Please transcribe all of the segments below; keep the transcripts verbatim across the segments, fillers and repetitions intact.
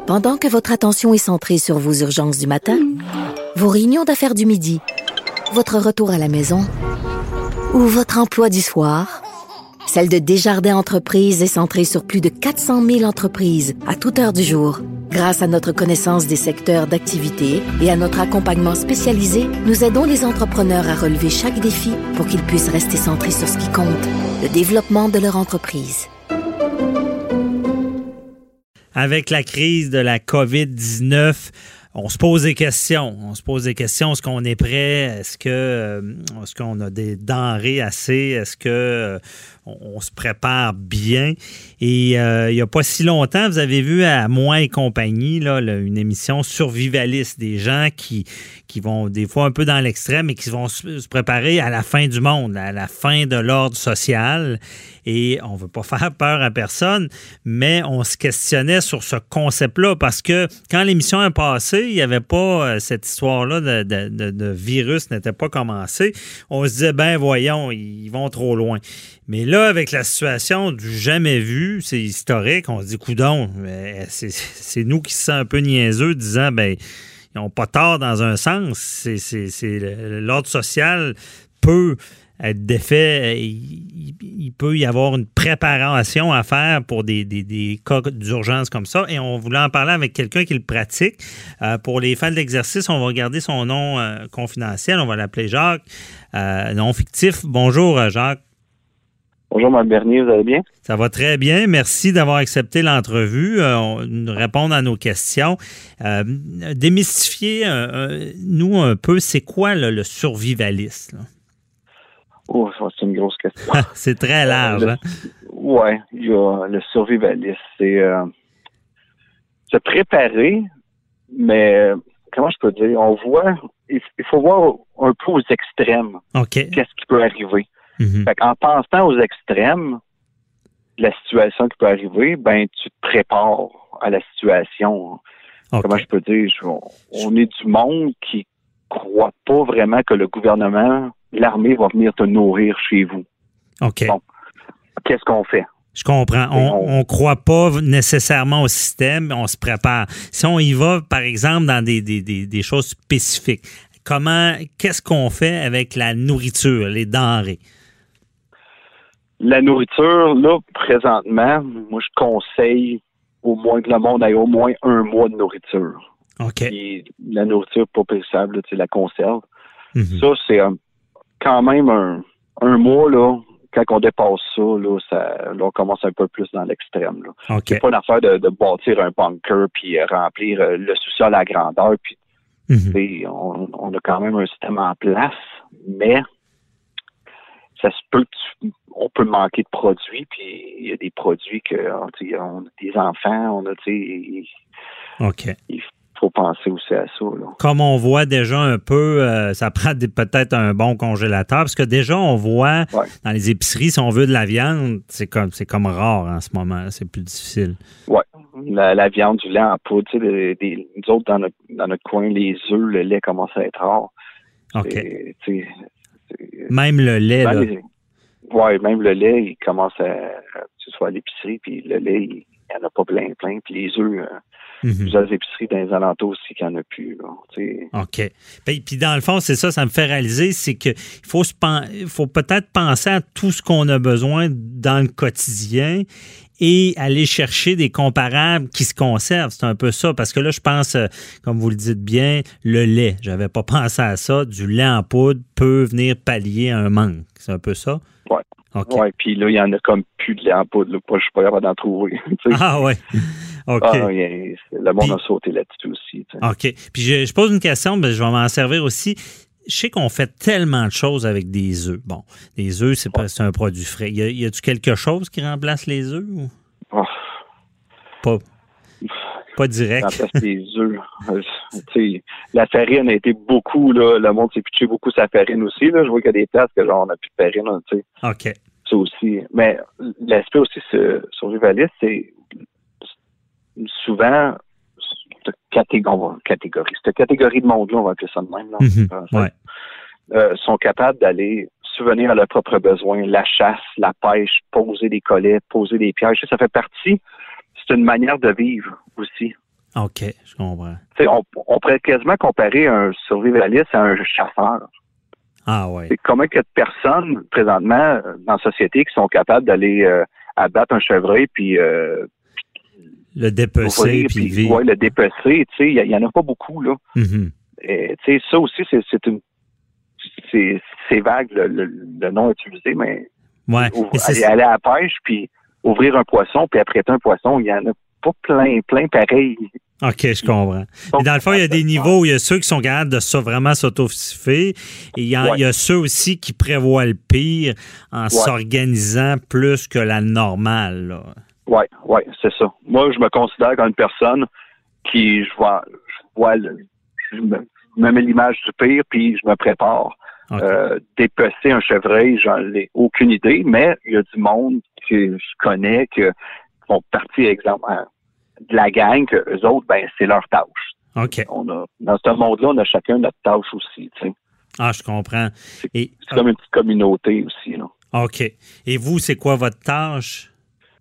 Pendant que votre attention est centrée sur vos urgences du matin, vos réunions d'affaires du midi, votre retour à la maison ou votre emploi du soir, celle de Desjardins Entreprises est centrée sur plus de quatre cent mille entreprises à toute heure du jour. Grâce à notre connaissance des secteurs d'activité et à notre accompagnement spécialisé, nous aidons les entrepreneurs à relever chaque défi pour qu'ils puissent rester centrés sur ce qui compte, le développement de leur entreprise. Avec la crise de la covid dix-neuf, on se pose des questions. On se pose des questions. Est-ce qu'on est prêt? Est-ce que euh, est-ce qu'on a des denrées assez? Est-ce que euh, on, on se prépare bien? Et euh, il n'y a pas si longtemps, vous avez vu à Moi et compagnie, là, là, une émission survivaliste, des gens qui, qui vont des fois un peu dans l'extrême et qui vont se, se préparer à la fin du monde, à la fin de l'ordre social. Et on ne veut pas faire peur à personne, mais on se questionnait sur ce concept-là parce que quand l'émission est passée, il n'y avait pas euh, cette histoire-là de, de, de, de virus n'était pas commencée. On se disait, ben voyons, ils vont trop loin. Mais là, avec la situation du jamais vu, c'est historique, on se dit, coudonc, c'est, c'est nous qui se sent un peu niaiseux, disant, ben ils n'ont pas tort dans un sens. C'est, c'est, c'est l'ordre social peut être défait, il, il peut y avoir une préparation à faire pour des, des, des cas d'urgence comme ça. Et on voulait en parler avec quelqu'un qui le pratique. Euh, pour les fans de l'exercice, on va garder son nom euh, confidentiel. On va l'appeler Jacques, euh, nom fictif. Bonjour, Jacques. Bonjour, Marc Bernier, vous allez bien? Ça va très bien. Merci d'avoir accepté l'entrevue, euh, on, répondre à nos questions. Euh, démystifier, euh, euh, nous, un peu, c'est quoi là, le survivalisme? Là? Oh, c'est une grosse question. C'est très large. Euh, hein? Oui, il y a le survivalisme. C'est euh, se préparer, mais comment je peux dire? On voit, il, il faut voir un peu aux extrêmes. OK. Qu'est-ce qui peut arriver? Mm-hmm. Fait qu'en pensant aux extrêmes, la situation qui peut arriver, ben tu te prépares à la situation. Okay. Comment je peux dire? On, on est du monde qui croit pas vraiment que le gouvernement, l'armée va venir te nourrir chez vous. OK. Bon, qu'est-ce qu'on fait? Je comprends. On ne croit pas nécessairement au système, mais on se prépare. Si on y va, par exemple, dans des, des, des, des choses spécifiques, comment, qu'est-ce qu'on fait avec la nourriture, les denrées? La nourriture, là, présentement, moi, je conseille au moins que le monde ait au moins un mois de nourriture. OK. Et la nourriture pas périssable, tu sais, la conserve. Mm-hmm. Ça, c'est un, quand même un, un mois, là, quand on dépasse ça, là, ça, là, on commence un peu plus dans l'extrême. Là. Okay. C'est pas une affaire de, de bâtir un bunker puis euh, remplir euh, le sous-sol à grandeur. Puis, mm-hmm. on, on a quand même un système en place, mais ça se peut on peut manquer de produits, puis il y a des produits que on a des enfants, on a, tu sais, OK. Il faut penser aussi à ça. Là. Comme on voit déjà un peu, euh, ça prend des, peut-être un bon congélateur, parce que déjà, on voit ouais. dans les épiceries, si on veut de la viande, c'est comme c'est comme rare en ce moment, c'est plus difficile. Oui, la, la viande, du lait en poudre, tu sais, des, des, nous autres, dans notre, dans notre coin, les œufs, le lait commence à être rare. OK. C'est, c'est, c'est, même le lait, là. Oui, même le lait, il commence à, tu sois à l'épicerie, puis le lait, il n'y en a pas plein, plein, puis les œufs... Euh, Mm-hmm. Plusieurs épiceries dans les alentours aussi qu'il n'y en a plus. Là, t'sais. OK. Puis, puis dans le fond, c'est ça, ça me fait réaliser, c'est qu'il faut, se pen- faut peut-être penser à tout ce qu'on a besoin dans le quotidien et aller chercher des comparables qui se conservent. C'est un peu ça, parce que là, je pense, comme vous le dites bien, le lait. J'avais pas pensé à ça. Du lait en poudre peut venir pallier un manque. C'est un peu ça? Oui. Okay. Oui, puis là, il y en a comme plus de lait en poudre. Là. Je suis pas capable d'en trouver. Ah oui. OK. Ah, yeah, le monde puis, a sauté là-dessus aussi. T'sais. OK. Puis je, je pose une question, mais je vais m'en servir aussi. Je sais qu'on fait tellement de choses avec des œufs. Bon, les œufs, c'est, pas, c'est un produit frais. Y, a, y a-tu quelque chose qui remplace les œufs? Ou? Oh. Pas, pas direct. Remplace les œufs. euh, la farine a été beaucoup, là, le monde s'est pitché beaucoup sa farine aussi. Là. Je vois qu'il y a des places que genre on n'a plus de farine. Là, OK. Ça aussi. Mais l'aspect aussi survivaliste, c'est souvent cette catégorie, catégorie, cette catégorie de monde-là, on va appeler ça de même, là, mm-hmm. ouais. euh, sont capables d'aller subvenir à leurs propres besoins, la chasse, la pêche, poser des collets, poser des pièges. Ça fait partie, c'est une manière de vivre aussi. OK, je comprends. On, on pourrait quasiment comparer un survivaliste à un chasseur. Ah oui. Comment il y a de personnes, présentement, dans la société, qui sont capables d'aller euh, abattre un chevreuil, puis... Euh, le dépecer, puis vivre. Oui, le dépecer, tu sais, il n'y en a pas beaucoup, là. Mm-hmm. Et, tu sais, ça aussi, c'est, c'est une... C'est, c'est vague, le, le, le nom utilisé, mais... Ouais. Ou, mais aller, aller à la pêche, puis ouvrir un poisson, puis apprêter un poisson, il y en a pas plein, plein pareil. OK, je comprends. Et dans le fond, il y a des niveaux où il y a ceux qui sont capables de ça vraiment s'autosifier. Et il y, a, ouais. il y a ceux aussi qui prévoient le pire en ouais. s'organisant plus que la normale. Oui, oui, c'est ça. Moi, je me considère comme une personne qui, je vois, je vois le, je me, je me mets l'image du pire, puis je me prépare. Okay. Euh, dépecer un chevreuil, j'en ai aucune idée, mais il y a du monde que je connais que font partie, exemple, de la gang, que eux autres, ben, c'est leur tâche. OK. On a, dans ce monde-là, on a chacun notre tâche aussi, tu sais. Ah, je comprends. C'est, Et, c'est comme une petite communauté aussi, là. OK. Et vous, c'est quoi votre tâche?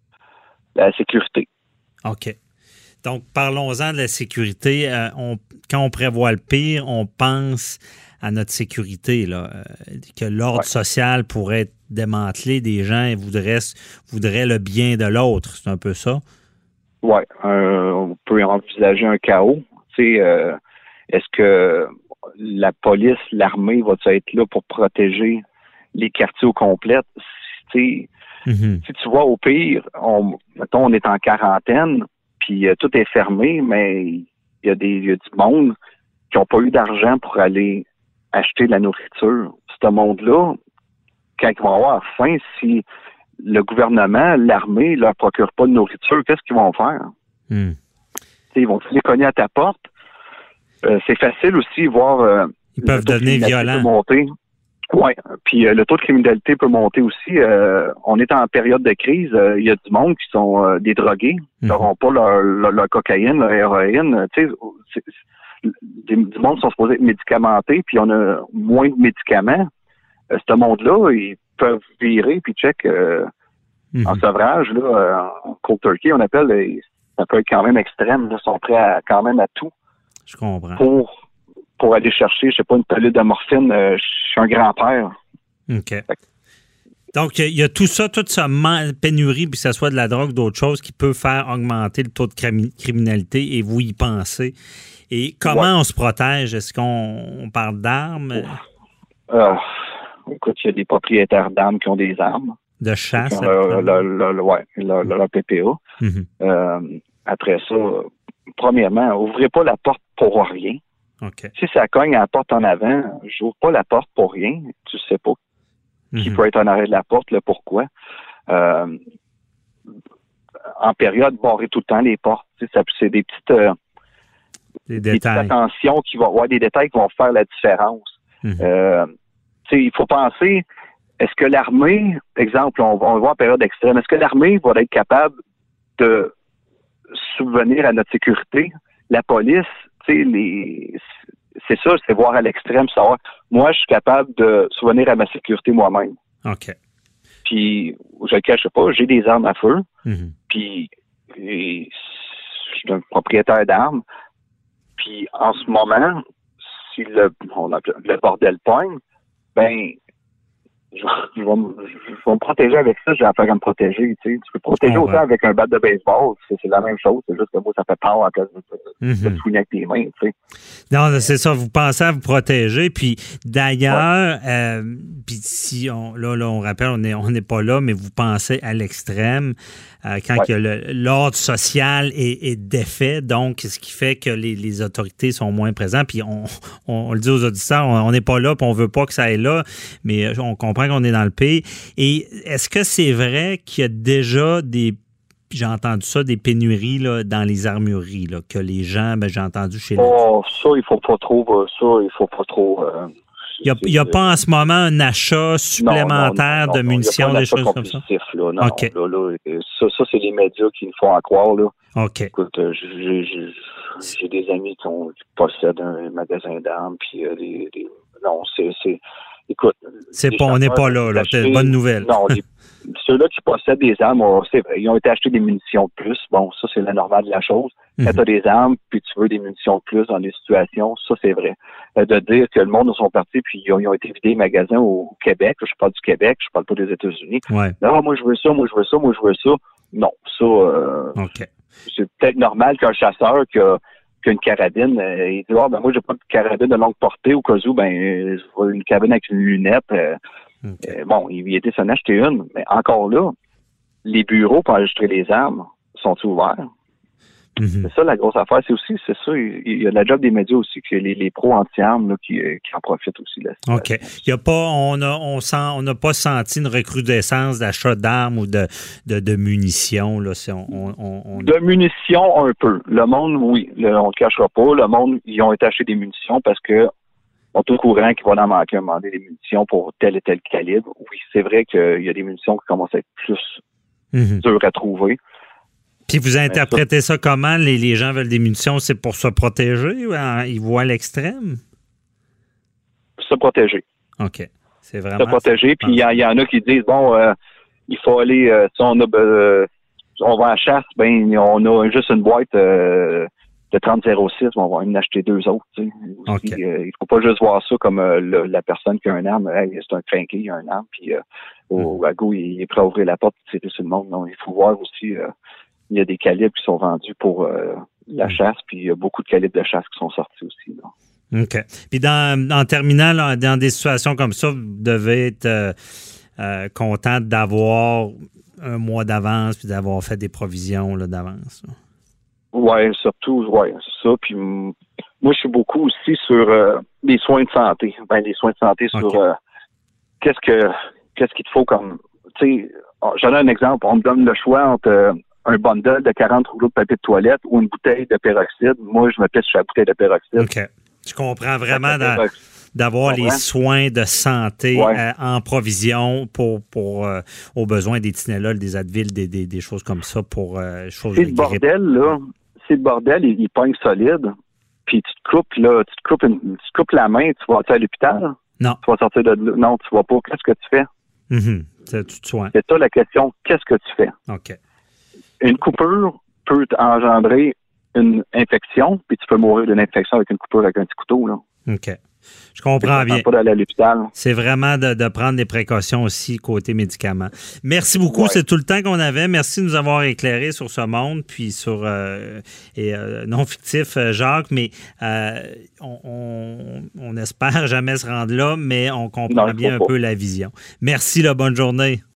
La sécurité. OK. Donc, parlons-en de la sécurité. Euh, on, quand on prévoit le pire, on pense à notre sécurité, là, euh, que l'ordre ouais. social pourrait être démantelé, des gens voudraient, voudraient le bien de l'autre. C'est un peu ça? Oui. Euh, on peut envisager un chaos. Tu sais, euh, est-ce que la police, l'armée va être là pour protéger les quartiers au complet? Tu sais, mm-hmm. si tu vois, au pire, on, mettons, on est en quarantaine, puis euh, tout est fermé, mais il y a des, il y a du monde qui n'ont pas eu d'argent pour aller acheter de la nourriture. Ce monde-là, quand ils vont avoir faim, si le gouvernement, l'armée, leur procure pas de nourriture, qu'est-ce qu'ils vont faire? Mm. Ils vont les cogner à ta porte. Euh, c'est facile aussi de voir... Euh, ils peuvent devenir violents. Oui, puis euh, le taux de criminalité peut monter aussi. Euh, on est en période de crise. Il euh, y a du monde qui sont euh, des drogués. Ils n'auront mm. pas leur, leur, leur cocaïne, leur héroïne. Tu sais, c'est, c'est, du monde sont supposés être médicamentés, puis on a moins de médicaments. Euh, ce monde-là, ils peuvent virer, puis check euh, mm-hmm. en sevrage, là, euh, en cold turkey, on appelle, euh, ça peut être quand même extrême. Là, ils sont prêts à, quand même à tout. Je comprends. Pour pour aller chercher, je sais pas, une pilule de morphine euh, chez un grand-père. OK. Donc, il y, y a tout ça, toute cette pénurie, puis que ce soit de la drogue, d'autres choses, qui peut faire augmenter le taux de crimi- criminalité, et vous y pensez. Et comment ouais. on se protège? Est-ce qu'on on parle d'armes? Euh, écoute, il y a des propriétaires d'armes qui ont des armes. De chasse? Le, le, le, le, ouais, le, le, le P P A. Mm-hmm. Euh, après ça, premièrement, ouvrez pas la porte pour rien. Okay. Si ça cogne à la porte en avant, j'ouvre pas la porte pour rien. Tu sais pas mm-hmm. qui peut être en arrêt de la porte, le pourquoi. Euh, en période, barrer tout le temps les portes. Ça, c'est des petites, euh, des des détails. petites attentions qui vont, ouais, des détails qui vont faire la différence. Mm-hmm. Euh, il faut penser, est-ce que l'armée, exemple, on, on le voit en période extrême, est-ce que l'armée va être capable de subvenir à notre sécurité? La police, Les, c'est ça, c'est voir à l'extrême, savoir, moi, je suis capable de subvenir à ma sécurité moi-même. OK. Puis, je le cache pas, j'ai des armes à feu, mm-hmm. puis et, je suis un propriétaire d'armes, puis en ce moment, si le, on a, le bordel pogne, ben, je, je, vais me, je vais me protéger avec ça, j'ai affaire à me protéger, tu sais. Tu peux protéger oh, autant ouais. avec un bat de baseball, c'est, c'est la même chose, c'est juste que moi, ça fait peur à cause de, de, mm-hmm. de te fouiner avec tes mains, tu sais. Non, c'est ça, vous pensez à vous protéger, puis d'ailleurs, ouais. euh, puis si on, là, là, on rappelle, on n'est on n'est pas là, mais vous pensez à l'extrême, euh, quand ouais. il y a le, l'ordre social est, est défait, donc ce qui fait que les, les autorités sont moins présentes, puis on, on, on le dit aux auditeurs, on n'est pas là, puis on veut pas que ça aille là, mais on comprend qu'on est dans le pays. Et est-ce que c'est vrai qu'il y a déjà des, j'ai entendu ça, des pénuries là, dans les armureries, là, que les gens, ben, j'ai entendu chez nous. Oh, ça, il faut pas trop, ça, il faut pas trop... Euh, il n'y a, a pas en ce moment un achat supplémentaire non, non, non, de munitions, des choses comme ça? Là, non, okay. là, là, ça, ça, c'est les médias qui nous font en croire. Là. OK. Écoute, j'ai, j'ai, j'ai des amis qui, ont, qui possèdent un magasin d'armes, puis euh, des, des, non, c'est... c'est écoute... C'est pas, on n'est pas là, là. C'est une bonne nouvelle. Non, les, ceux-là qui possèdent des armes, c'est vrai, ils ont été achetés des munitions de plus. Bon, ça, c'est la normale de la chose. Quand tu as des armes, puis tu veux des munitions de plus dans des situations, ça, c'est vrai. Euh, de dire que le monde, ils sont partis, puis ils ont, ils ont été vidés les magasins au, au Québec. Je parle du Québec, je parle pas des États-Unis. Ouais. Non, moi, je veux ça, moi, je veux ça, moi, je veux ça. Non, ça, euh, OK. c'est peut-être normal qu'un chasseur qui a, qui a une carabine, euh, il dit, ah, ben, moi, j'ai pas de carabine de longue portée, au cas où, ben, euh, je veux une carabine avec une lunette. Euh, okay. euh, bon, il, il était s'en acheter une, mais encore là, les bureaux pour enregistrer les armes sont ouverts? Mm-hmm. C'est ça la grosse affaire. C'est aussi, c'est ça, il, il y a de la job des médias aussi, que les, les pros anti-armes là, qui, qui en profitent aussi. Là, OK. Il y a pas, on a, on sent, on n'a pas senti une recrudescence d'achat d'armes ou de, de, de munitions. Là, si on, on, on... De munitions, un peu. Le monde, oui, le, on ne le cachera pas. Le monde, ils ont été achetés des munitions parce que on est au courant qu'il va en manquer un moment donné des munitions pour tel et tel calibre. Oui, c'est vrai qu'il y a des munitions qui commencent à être plus mm-hmm. dures à trouver. Puis vous interprétez ça, ça comment? Les, les gens veulent des munitions, c'est pour se protéger ou hein, ils voient l'extrême? Se protéger. OK. C'est vraiment... Se protéger. Puis il y, y en a qui disent, bon, euh, il faut aller, euh, si on a, euh, on va à la chasse, ben, on a juste une boîte euh, de trente zéro six, on va en acheter deux autres. Tu sais. Aussi, okay. euh, il faut pas juste voir ça comme euh, le, la personne qui a un arme. Hey, c'est un crinqué, il a un arme, puis euh, mm. au wago, il, il est prêt à ouvrir la porte et tirer sur le monde. Non, il faut voir aussi... Euh, il y a des calibres qui sont vendus pour euh, la chasse, puis il y a beaucoup de calibres de chasse qui sont sortis aussi. Là. OK. Puis dans, en terminant, là, dans des situations comme ça, vous devez être euh, euh, content d'avoir un mois d'avance puis d'avoir fait des provisions là, d'avance. Oui, surtout, oui, c'est ça. Puis moi, je suis beaucoup aussi sur euh, les soins de santé. Ben, les soins de santé sur okay. euh, qu'est-ce que qu'est-ce qu'il te faut comme... Tu sais, j'en ai un exemple. On me donne le choix entre... Euh, un bundle de quarante rouleaux de papier de toilette ou une bouteille de peroxyde. Moi, je me pisse sur la bouteille de peroxyde. OK. Je comprends vraiment dans, d'avoir les soins de santé ouais. euh, en provision pour, pour euh, aux besoins des Tylenol, des Advil, des, des, des choses comme ça pour euh, choses c'est de le bordel, là. C'est le bordel, il, il pogne solide. Puis tu te coupes, là, tu te coupes, une, tu te coupes la main, tu vas à l'hôpital? Non. Tu vas sortir de là? Non, tu vas pas. Qu'est-ce que tu fais? Mm-hmm. C'est, tu te soins. C'est ça la question. Qu'est-ce que tu fais? OK. Une coupure peut engendrer une infection, puis tu peux mourir d'une infection avec une coupure avec un petit couteau. Là. OK. Je comprends bien. Pas d'aller à l'hôpital. C'est vraiment de, de prendre des précautions aussi côté médicaments. Merci beaucoup. Ouais. C'est tout le temps qu'on avait. Merci de nous avoir éclairé sur ce monde, puis sur euh, et, euh, non fictif, euh, Jacques, mais euh, on, on, on espère jamais se rendre là, mais on comprend non, bien un pas. peu la vision. Merci, là, bonne journée.